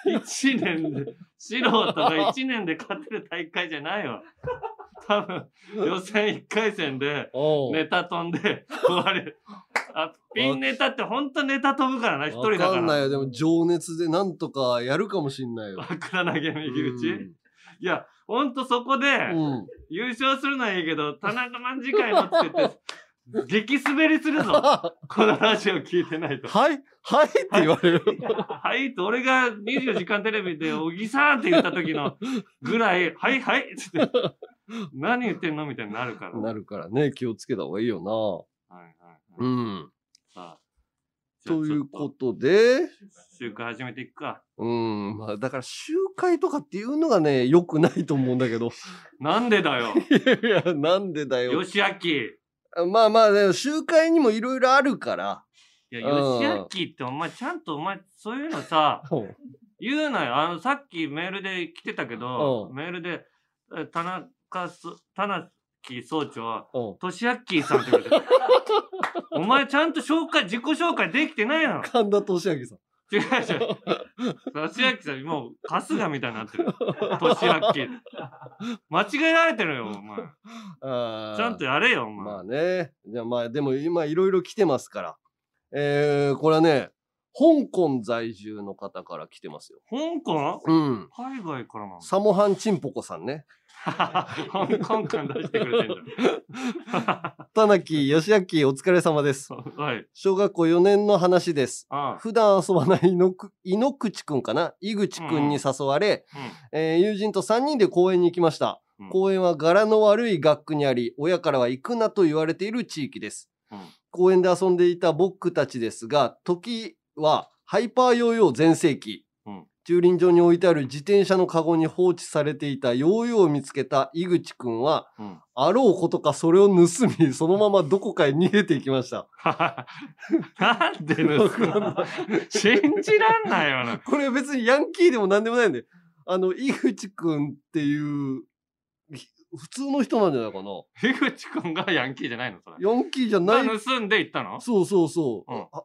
1年で、素人が1年で勝てる大会じゃないわ。多分、予選1回戦で、ネタ飛んで、終わり。ピンネタってほんとネタ飛ぶからな、一人だから。 わかんないよ。でも、情熱でなんとかやるかもしんないよ。 枕投げ右打ちいや、ほんとそこで、優勝するのはいいけど、田中卍会のって言って、激滑りするぞ。このラジオ聞いてないと。 はいって言われる。 はいって、俺が24時間テレビで、小木さんって言った時のぐらい、はいって言って、何言ってんのみたいになるから。 なるからね、気をつけた方がいいよな。さあ。ということで、 集会始めていくか。 まあ、だから集会とかっていうのがね、良くないと思うんだけど。 なんでだよ。 いや、なんでだよ。 よしあき。 まあ、ね、集会にもいろいろあるから。 いや、よしあきってお前、ちゃんとそういうのさ、言うなよ。さっきメールで来てたけど、メールで、田木総長は、としあっきーさんって言われてる。お前ちゃんと自己紹介できてないやん。 神田としあきさん。 違う。としあっきさん、もう、春日みたいになってる。としあっき。間違えられてるよ、お前。ちゃんとやれよ、お前。 まあね。じゃあでも今いろいろ来てますから。これはね、香港在住の方から来てますよ。 香港？海外からなの？ サモハンチンポコさんね。 香港感出してくれてんじゃん。 田中義明お疲れ様です。小学校4年の話です。普段遊ばない井ノ口くんかな、井口くんに誘われ、友人と3人で公園に行きました。公園は柄の悪い学区にあり、親からは行くなと言われている地域です。公園で遊んでいた僕たちですが、時はハイパーヨーヨー全盛期。駐輪場に置いてある自転車のカゴに放置されていたヨーヨーを見つけた井口くんは、あろうことかそれを盗み、そのままどこかへ逃げていきました。 なんで盗むの？信じらんないよな。 これ別にヤンキーでもなんでもないんで、井口くんっていう普通の人なんじゃないかな。 井口くんがヤンキーじゃないの？それヤンキーじゃない。 盗んでいったの？ そう、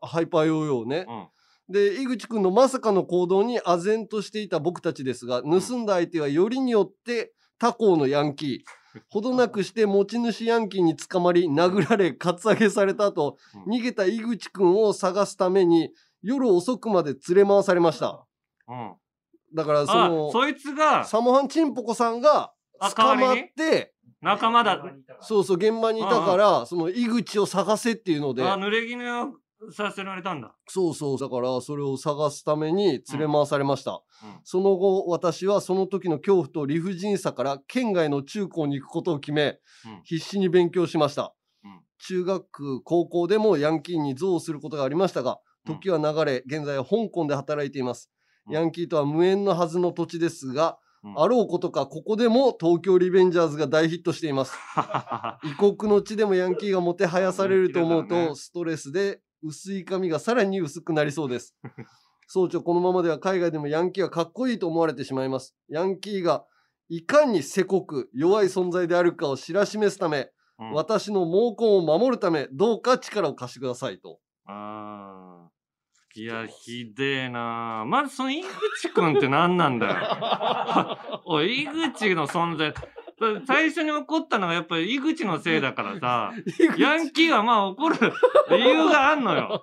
ハイパーヨーヨーね。で、井口くんのまさかの行動に唖然としていた僕たちですが、盗んだ相手はよりによって他校のヤンキー。ほどなくして持ち主ヤンキーに捕まり、殴られ、カツアゲされた後、逃げた井口くんを探すために、夜遅くまで連れ回されました。だからそいつが、サモハンチンポコさんが捕まって、 仲間だ。 そうそう、現場にいたから、その井口を探せっていうので。 濡れ衣をさせられたんだ。 そうそう、だからそれを探すために連れ回されました。その後、私はその時の恐怖と理不尽さから県外の中高に行くことを決め、必死に勉強しました。中学、高校でもヤンキーに憎悪することがありましたが、時は流れ、現在は香港で働いています。ヤンキーとは無縁のはずの土地ですが、あろうことかここでも東京リベンジャーズが大ヒットしています。異国の地でもヤンキーがもてはやされると思うと、ストレスで薄い髪がさらに薄くなりそうです。総長、このままでは海外でもヤンキーはかっこいいと思われてしまいます。ヤンキーがいかにせこく弱い存在であるかを知らしめすため、私の毛根を守るため、どうか力を貸してくださいと。 いや、ひでえな。まずその井口くんって何なんだよ。おい、井口の存在。最初に怒ったのがやっぱり井口のせいだからさ、ヤンキーはまあ怒る理由があんのよ。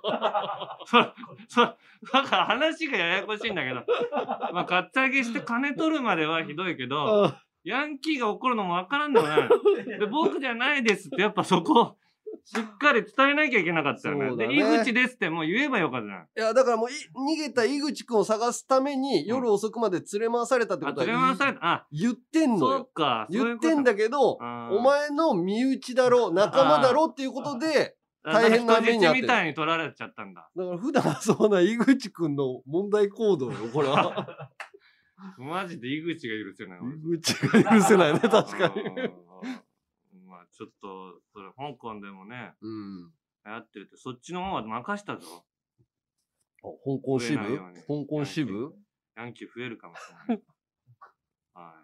だから話がややこしいんだけど、まあ、カッツアゲして金取るまではひどいけど、ヤンキーが怒るのもわからんでもない。で、僕じゃないですってやっぱそこ、しっかり伝えなきゃいけなかったよね。で、井口ですってもう言えばよかったじゃん。 いや、だからもう逃げた井口くんを探すために夜遅くまで連れ回されたってことは、 連れ回された。 言ってんのよ。 そうか。 言ってんだけど、お前の身内だろ、仲間だろっていうことで、大変な目に遭ってる。 みたいに取られちゃったんだ。 だから普段そうな井口くんの問題行動よ、これは。 マジで井口が許せない。 井口が許せないね、確かに。 まあちょっと、それ香港でもね、流行ってるって、そっちの方は任したぞ。 香港支部？香港支部？ ヤンキー増えるかもしれない。はい。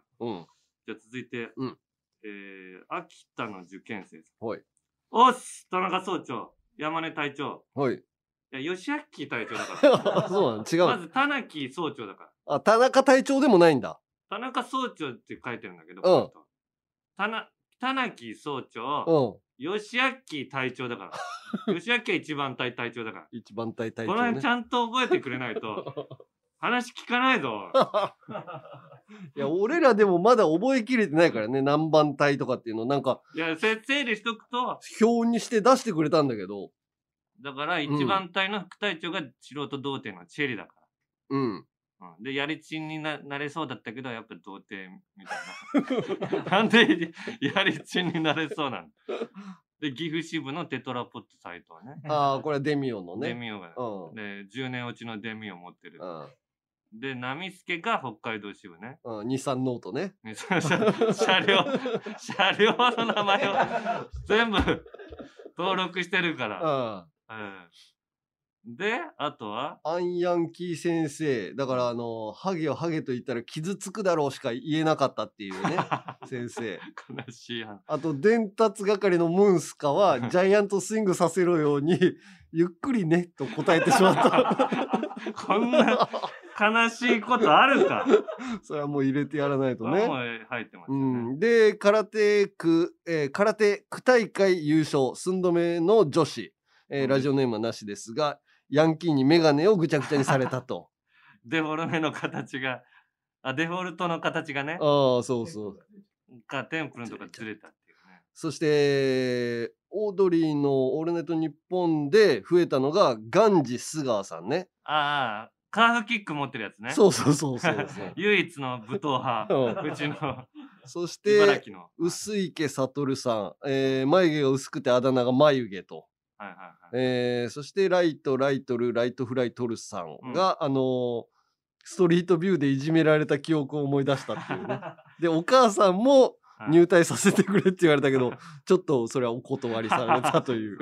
じゃあ続いて、秋田の受験生です。 はい。 おっす、田中総長、山根隊長。 はい。 いや、吉明隊長だから。 そうなの？違う。 まず、田中総長だから。 あ、田中隊長でもないんだ。 田中総長って書いてるんだけど、田中総長、吉明隊長だから。吉明は一番隊長だから。 一番隊長、ね。 この辺ちゃんと覚えてくれないと、話聞かないぞ。 いや、俺らでもまだ覚えきれてないからね、何番隊とかっていうの、なんか。 いや、整理しとくと。 表にして出してくれたんだけど。 だから、一番隊の副隊長が素人童貞のチェリだから。で、やりちんになれそうだったけど、やっぱ童貞みたいな。なんでやりちんになれそうなの？で、岐阜支部のテトラポット斎藤ね。 ああ、これはデミオのね。 デミオが。で、10年落ちのデミオ持ってる。で、波助が北海道支部ね。 日産ノートね。 車両の名前を全部登録してるから。で、あとはアンヤンキー先生。だから、ハゲをハゲと言ったら傷つくだろうしか言えなかったっていうね。先生。 悲しい話。 あと、伝達係のムンスカは、ジャイアントスイングさせるように、ゆっくりね、と答えてしまった。 こんな悲しいことあるか。 それはもう入れてやらないとね。 もう入ってますね。 で、空手区大会優勝、寸止めの女子。ラジオネームはなしですが、ヤンキーにメガネをぐちゃぐちゃにされたと。 デフォルメの形が、デフォルトの形がね。 そうそう。 テンプルのとかずれたっていうね。 そして、オードリーのオールナイトニッポンで増えたのが、ガンジスガーさんね。 カーフキック持ってるやつね。 そう。 唯一の武闘派。うちの。 そして、薄池悟さん。眉毛が薄くてあだ名が眉毛と。そしてライトフライトルさんが、ストリートビューでいじめられた記憶を思い出したっていうね。で、お母さんも入隊させてくれって言われたけど、ちょっとそれはお断りされたという。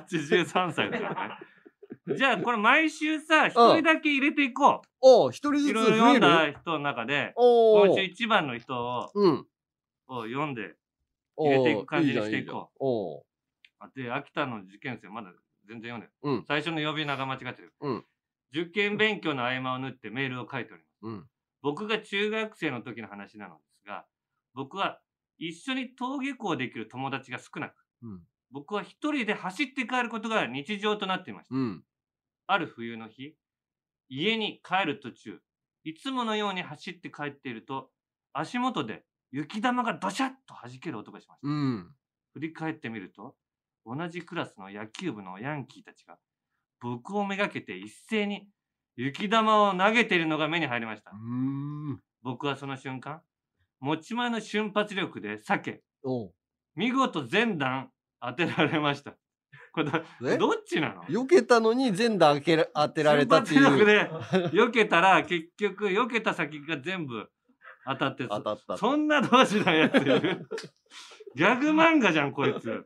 83歳だからね。じゃあこれ毎週さ、一人だけ入れていこう。一人ずついろいろ読んだ人の中で、今週一番の人を読んで入れていく感じにしていこう。で、秋田の受験生まだ全然読んでる。最初の呼び名が間違ってる。受験勉強の合間を縫ってメールを書いております。僕が中学生の時の話なのですが、僕は一緒に登下校できる友達が少なく、僕は一人で走って帰ることが日常となっていました。ある冬の日、家に帰る途中、いつものように走って帰っていると、足元で雪玉がドシャッと弾ける音がしました。 うん。 振り返ってみると、同じクラスの野球部のヤンキーたちが僕をめがけて一斉に雪玉を投げているのが目に入りました。僕はその瞬間、持ち前の瞬発力で避け、見事全弾当てられました。これどっちなの？ 避けたのに全弾当てられたっていう。 瞬発力で避けたら結局避けた先が全部当たって、そんな同士のやついる？ギャグ漫画じゃんこいつ。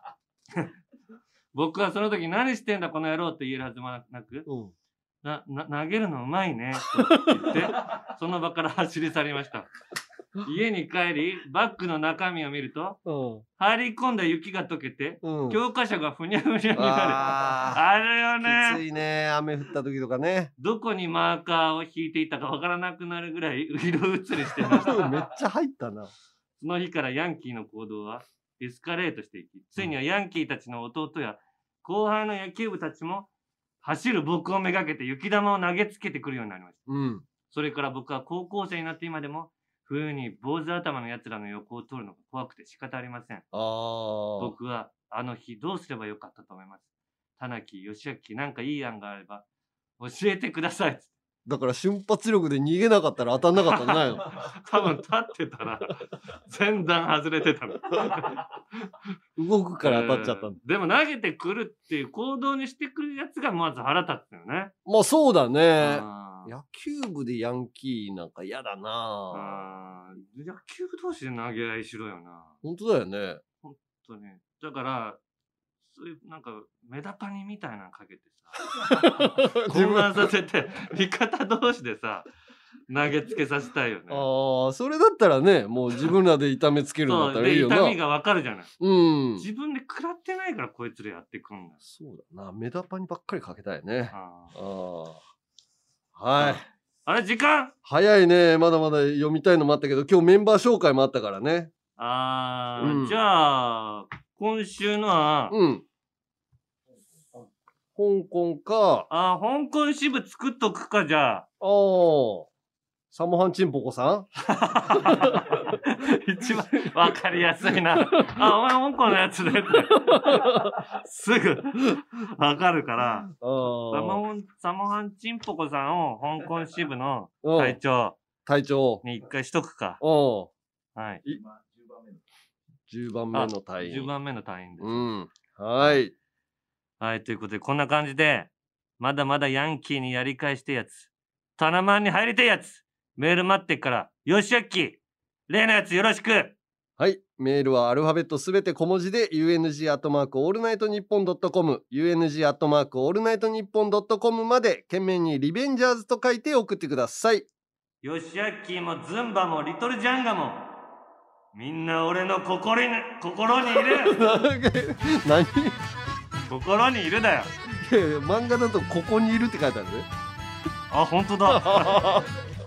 僕はその時何してんだこの野郎って言えるはずもなく、投げるのうまいねと言ってその場から走り去りました。家に帰りバッグの中身を見ると、入り込んだ雪が溶けて、教科書がふにゃふにゃになる。あるよね。 きついね、雨降った時とかね。 どこにマーカーを引いていたかわからなくなるぐらい色移りしてました。 めっちゃ入ったな。 その日からヤンキーの行動はエスカレートしていき、ついにはヤンキーたちの弟や後輩の野球部たちも走る僕をめがけて雪玉を投げつけてくるようになりました。それから僕は高校生になって今でも冬に坊主頭の奴らの横を通るのが怖くて仕方ありません。僕はあの日どうすればよかったと思います。田中義明、なんかいい案があれば教えてください。 だから瞬発力で逃げなかったら当たんなかったんじゃないの？ 多分立ってたら全弾外れてたの。 動くから当たっちゃったんだ。 でも投げてくるっていう行動にしてくるやつがまず腹立つよね。 まあそうだね。野球部でヤンキーなんか嫌だな。 野球部同士で投げ合いしろよな。 本当だよね。 本当に。だからそういうなんかメダパニみたいなのかけてさ混乱させて味方同士でさ投げつけさせたいよね。 それだったらね、もう自分らで痛めつけるんだったらいいよな。 痛みがわかるじゃない。自分で食らってないからこいつらやってくんだ。 そうだな、メダパニばっかりかけたいね。はい。 あれ時間早いね。まだまだ読みたいのもあったけど、今日メンバー紹介もあったからね。 じゃあ今週のは、 香港か。 香港支部作っとくか、じゃあ。 サモハンチンポコさん一番わかりやすいな。お前香港のやつで。すぐわかるから。サモハンチンポコさんを香港支部の隊長に一回しとくか。はい。 10番目の隊員。 10番目の隊員です。 はい。 はい、ということで、こんな感じで、まだまだヤンキーにやり返してやつ、タナマンに入りたいやつ、メール待ってっから、よしあっき、例のやつよろしく。 はい、メールはアルファベットすべて小文字で、UNG@allnightnippon.com、UNG@allnightnippon.com まで、懸命にリベンジャーズと書いて送ってください。 よしあっきもズンバもリトルジャンガも、みんな俺の心にいる。 何？ 心にいるだよ。 いやいや、漫画だとここにいるって書いてあるね。 本当だ。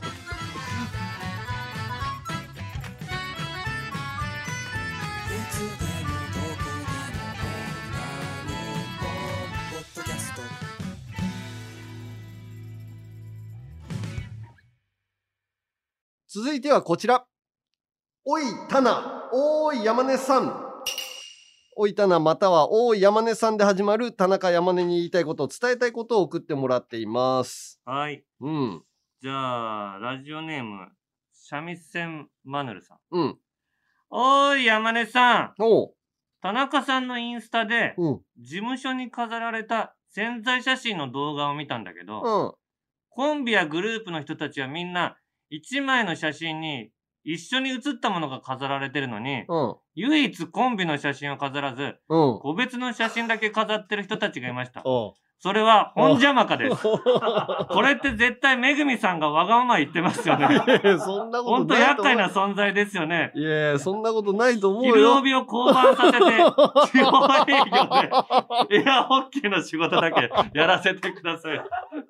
続いてはこちら。おいタナ、おーい山根さん。おいタナまたはおーい山根さんで始まる田中山根に言いたいこと、伝えたいことを送ってもらっています。 はい。じゃあラジオネーム三味線マヌルさん。おーい山根さん。田中さんのインスタで事務所に飾られた宣材写真の動画を見たんだけど、コンビやグループの人たちはみんな1枚の写真に一緒に写ったものが飾られてるのに、唯一コンビの写真を飾らず、個別の写真だけ飾ってる人たちがいました。それは本邪魔かです。これって絶対めぐみさんがわがまま言ってますよね。 そんなことないと思う。 本当厄介な存在ですよね。 いやいや、そんなことないと思うよ。 昼帯を降板させて、地方営業でエアホッケーの仕事だけやらせてください。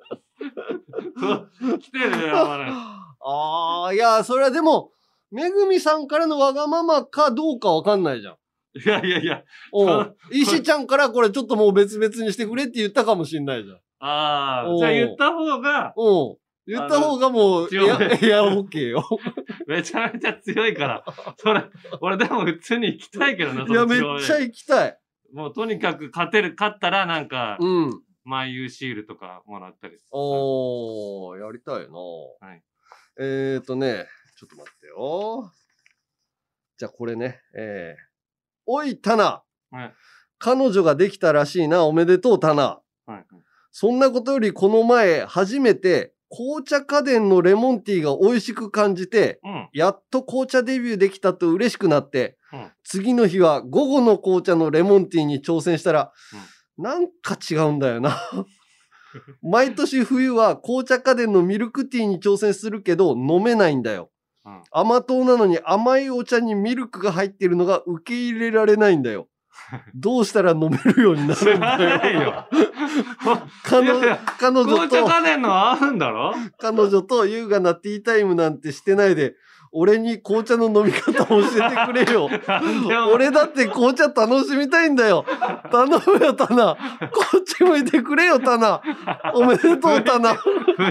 来てるよ、山根。 いや、それはでも、めぐみさんからのわがままかどうかわかんないじゃん。 いやいやいや。 石ちゃんからこれちょっともう別々にしてくれって言ったかもしんないじゃん。 じゃあ言った方が。 言った方がもう、いや、OK よ。 めちゃめちゃ強いから。それ、俺でも普通に行きたいけどな、 いや、めっちゃ行きたい。 もうとにかく勝ったらなんか、毎夕シールとかもらったりする。 おー、やりたいな。はい。ちょっと待ってよ。じゃあこれね。おい、タナ。はい。彼女ができたらしいな。おめでとう、タナ。はい。そんなことよりこの前、初めて紅茶家電のレモンティーが美味しく感じて、やっと紅茶デビューできたと嬉しくなって、次の日は午後の紅茶のレモンティーに挑戦したら、なんか違うんだよな。毎年冬は紅茶家電のミルクティーに挑戦するけど飲めないんだよ。甘党なのに甘いお茶にミルクが入っているのが受け入れられないんだよ。どうしたら飲めるようになるんだよ。彼女と、 紅茶家電の合うんだろ？ 彼女と優雅なティータイムなんてしてないで、俺に紅茶の飲み方教えてくれよ。俺だって紅茶楽しみたいんだよ。頼むよ、タナ。こっち向いてくれよ、タナ。おめでとう、タナ。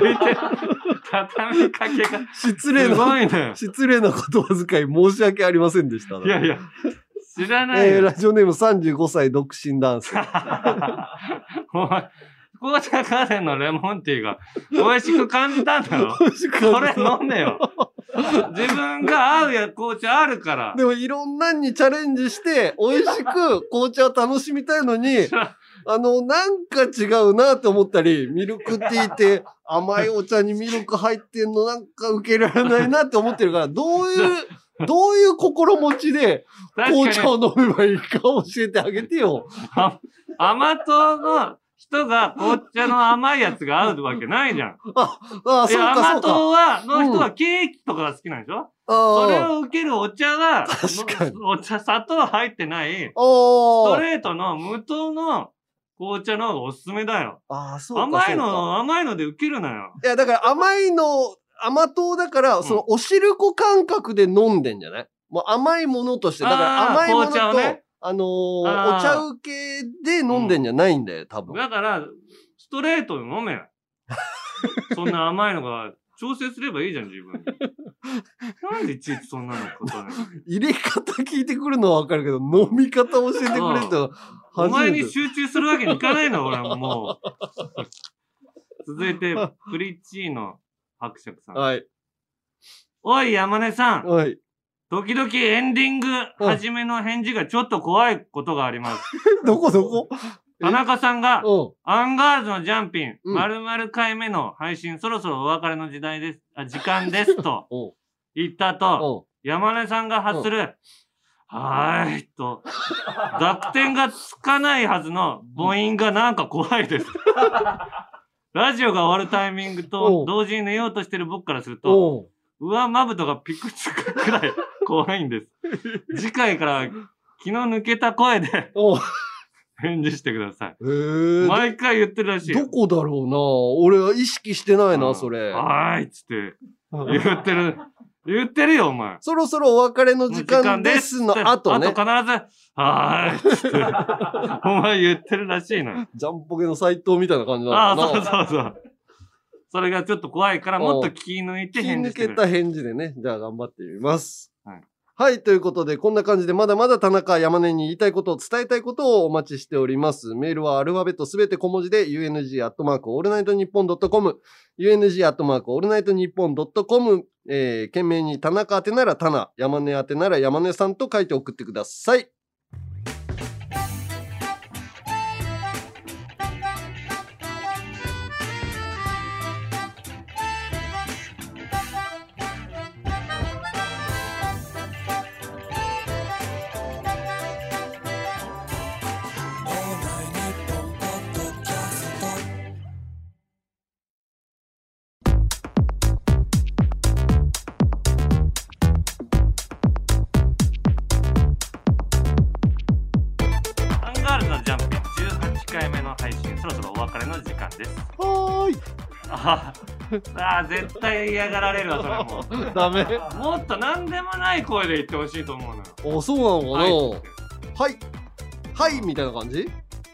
畳みかけが。 失礼な言葉遣い申し訳ありませんでした。 いやいや。知らないよ。 ラジオネーム35歳独身男性。 紅茶家電のレモンティーが美味しく感じたんだろ。これ飲んでよ。自分が合う紅茶あるから。 でもいろんなにチャレンジして美味しく紅茶を楽しみたいのに、なんか違うなって思ったり、ミルクティーって甘いお茶にミルク入ってんのなんか受けられないなって思ってるから、どういう心持ちで紅茶を飲めばいいか教えてあげてよ。 甘党の人が紅茶の甘いやつが合うわけないじゃん。 そうか。 甘党の人はケーキとかが好きなんでしょ？それを受けるお茶が、砂糖入ってない、ストレートの無糖の紅茶の方がおすすめだよ。甘いので受けるなよ。 いや、だから甘党だから、そのおしるこ感覚で飲んでんじゃない？もう甘いものとして。だから甘いものと、お茶受けで飲んでんじゃないんだよ、多分。 だから、ストレートで飲めよ。そんな甘いのが、調整すればいいじゃん、自分で。なんでいちいちそんなのことね。 入れ方聞いてくるのはわかるけど、飲み方教えてくれると。 お前に集中するわけにいかないの、俺はもう。続いて、プリチーノ伯爵さん。 はい。 おい、山根さん。 はい。 時々エンディング初めの返事がちょっと怖いことがあります。 どこ田中さんが、アンガールズのジャンピン、〇〇回目の配信、そろそろお別れの時間ですと言った後、山根さんが発する、はーいと、濁点がつかないはずの母音がなんか怖いです。ラジオが終わるタイミングと同時に寝ようとしてる僕からすると、上まぶたがピクつくくらい怖いんです。次回から気の抜けた声で返事してください。毎回言ってるらしい。 どこだろうな。俺は意識してないな、それ。 はーいっつって言ってるよ、お前。 そろそろお別れの時間ですの後ね。 あと必ず、はーいっつって、お前言ってるらしいの。 ジャンポケの斎藤みたいな感じなのかな。 そう。それがちょっと怖いから、もっと気抜いて返事してくれ。 気抜けた返事でね。じゃあ頑張ってみます。はい、ということで、こんな感じでまだまだ田中山根に言いたいことを伝えたいことをお待ちしております。メールはアルファベットすべて小文字で UNG@allnightnippon.com UNG@allnightnippon.com 懸命に田中宛てなら田中、山根宛てなら山根さんと書いて送ってください。 絶対嫌がられるわ、それも。 ダメ。 もっと何でもない声で言ってほしいと思うのよ。 そうなのかな。はいみたいな感じ？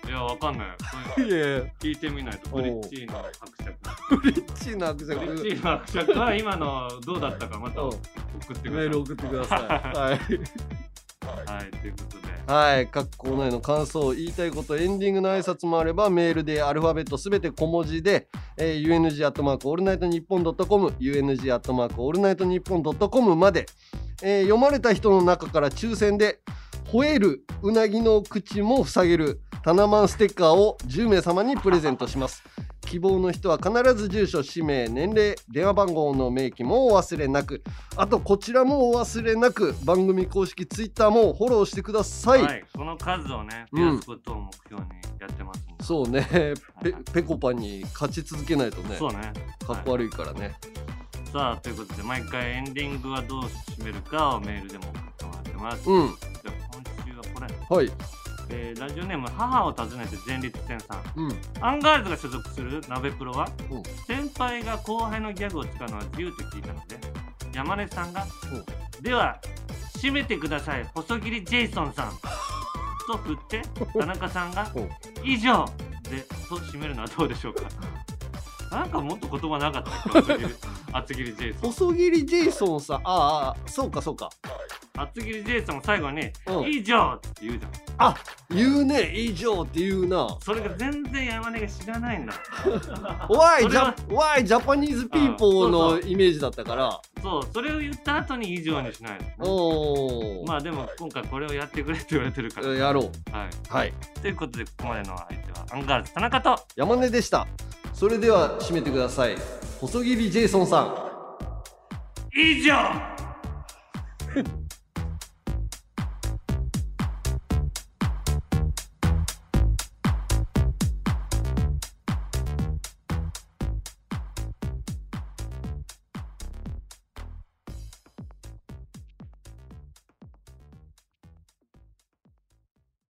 いや、わかんない。聞いてみないと。ブリッチーの伯爵。 ブリッチーの伯爵。 ブリッチーの伯爵は今のどうだったかまた送ってください。 メール送ってください。はい。 はい、ということで。 はい、各コーナーへの感想、言いたいこと、エンディングの挨拶もあれば、メールでアルファベットすべて小文字で、UNG@オールナイトニッポン.com、UNG@オールナイトニッポン.com まで、読まれた人の中から抽選で、吠えるうなぎの口も塞げるタナマンステッカーを10名様にプレゼントします。希望の人は必ず住所、氏名、年齢、電話番号の明記もお忘れなく、あとこちらもお忘れなく、番組公式ツイッターもフォローしてください。 はい、この数をね、増やすことを目標にやってますんで、 そうね、ペコパに勝ち続けないとね、 そうね、 かっこ悪いからね。 さあ、ということで毎回エンディングはどう締めるかをメールでも送ってもらってます。じゃあ今週はこれ。 はい。 ラジオネーム母を訪ねて前立腺さん、アンガールズが所属するナベプロは、先輩が後輩のギャグを使うのは自由と聞いたので、山根さんが、では締めてください細切りジェイソンさんと振って田中さんが以上でと締めるのはどうでしょうか。なんかもっと言葉なかったっけ。厚切りジェイソン、 細切りジェイソンさん、そうかそうか、 厚切りジェイソンも最後に以上って言うじゃん。 あ、言うね、以上って言うな。 それが全然山根が知らないんだ。 ワイジャパニーズピーポーのイメージだったから、 そう、それを言った後に以上にしないの、まあでも今回これをやってくれって言われてるからやろう。 はい、ということでここまでの相手はアンガールズ田中と山根でした。それでは締めてください。細切りジェイソンさん、 以上。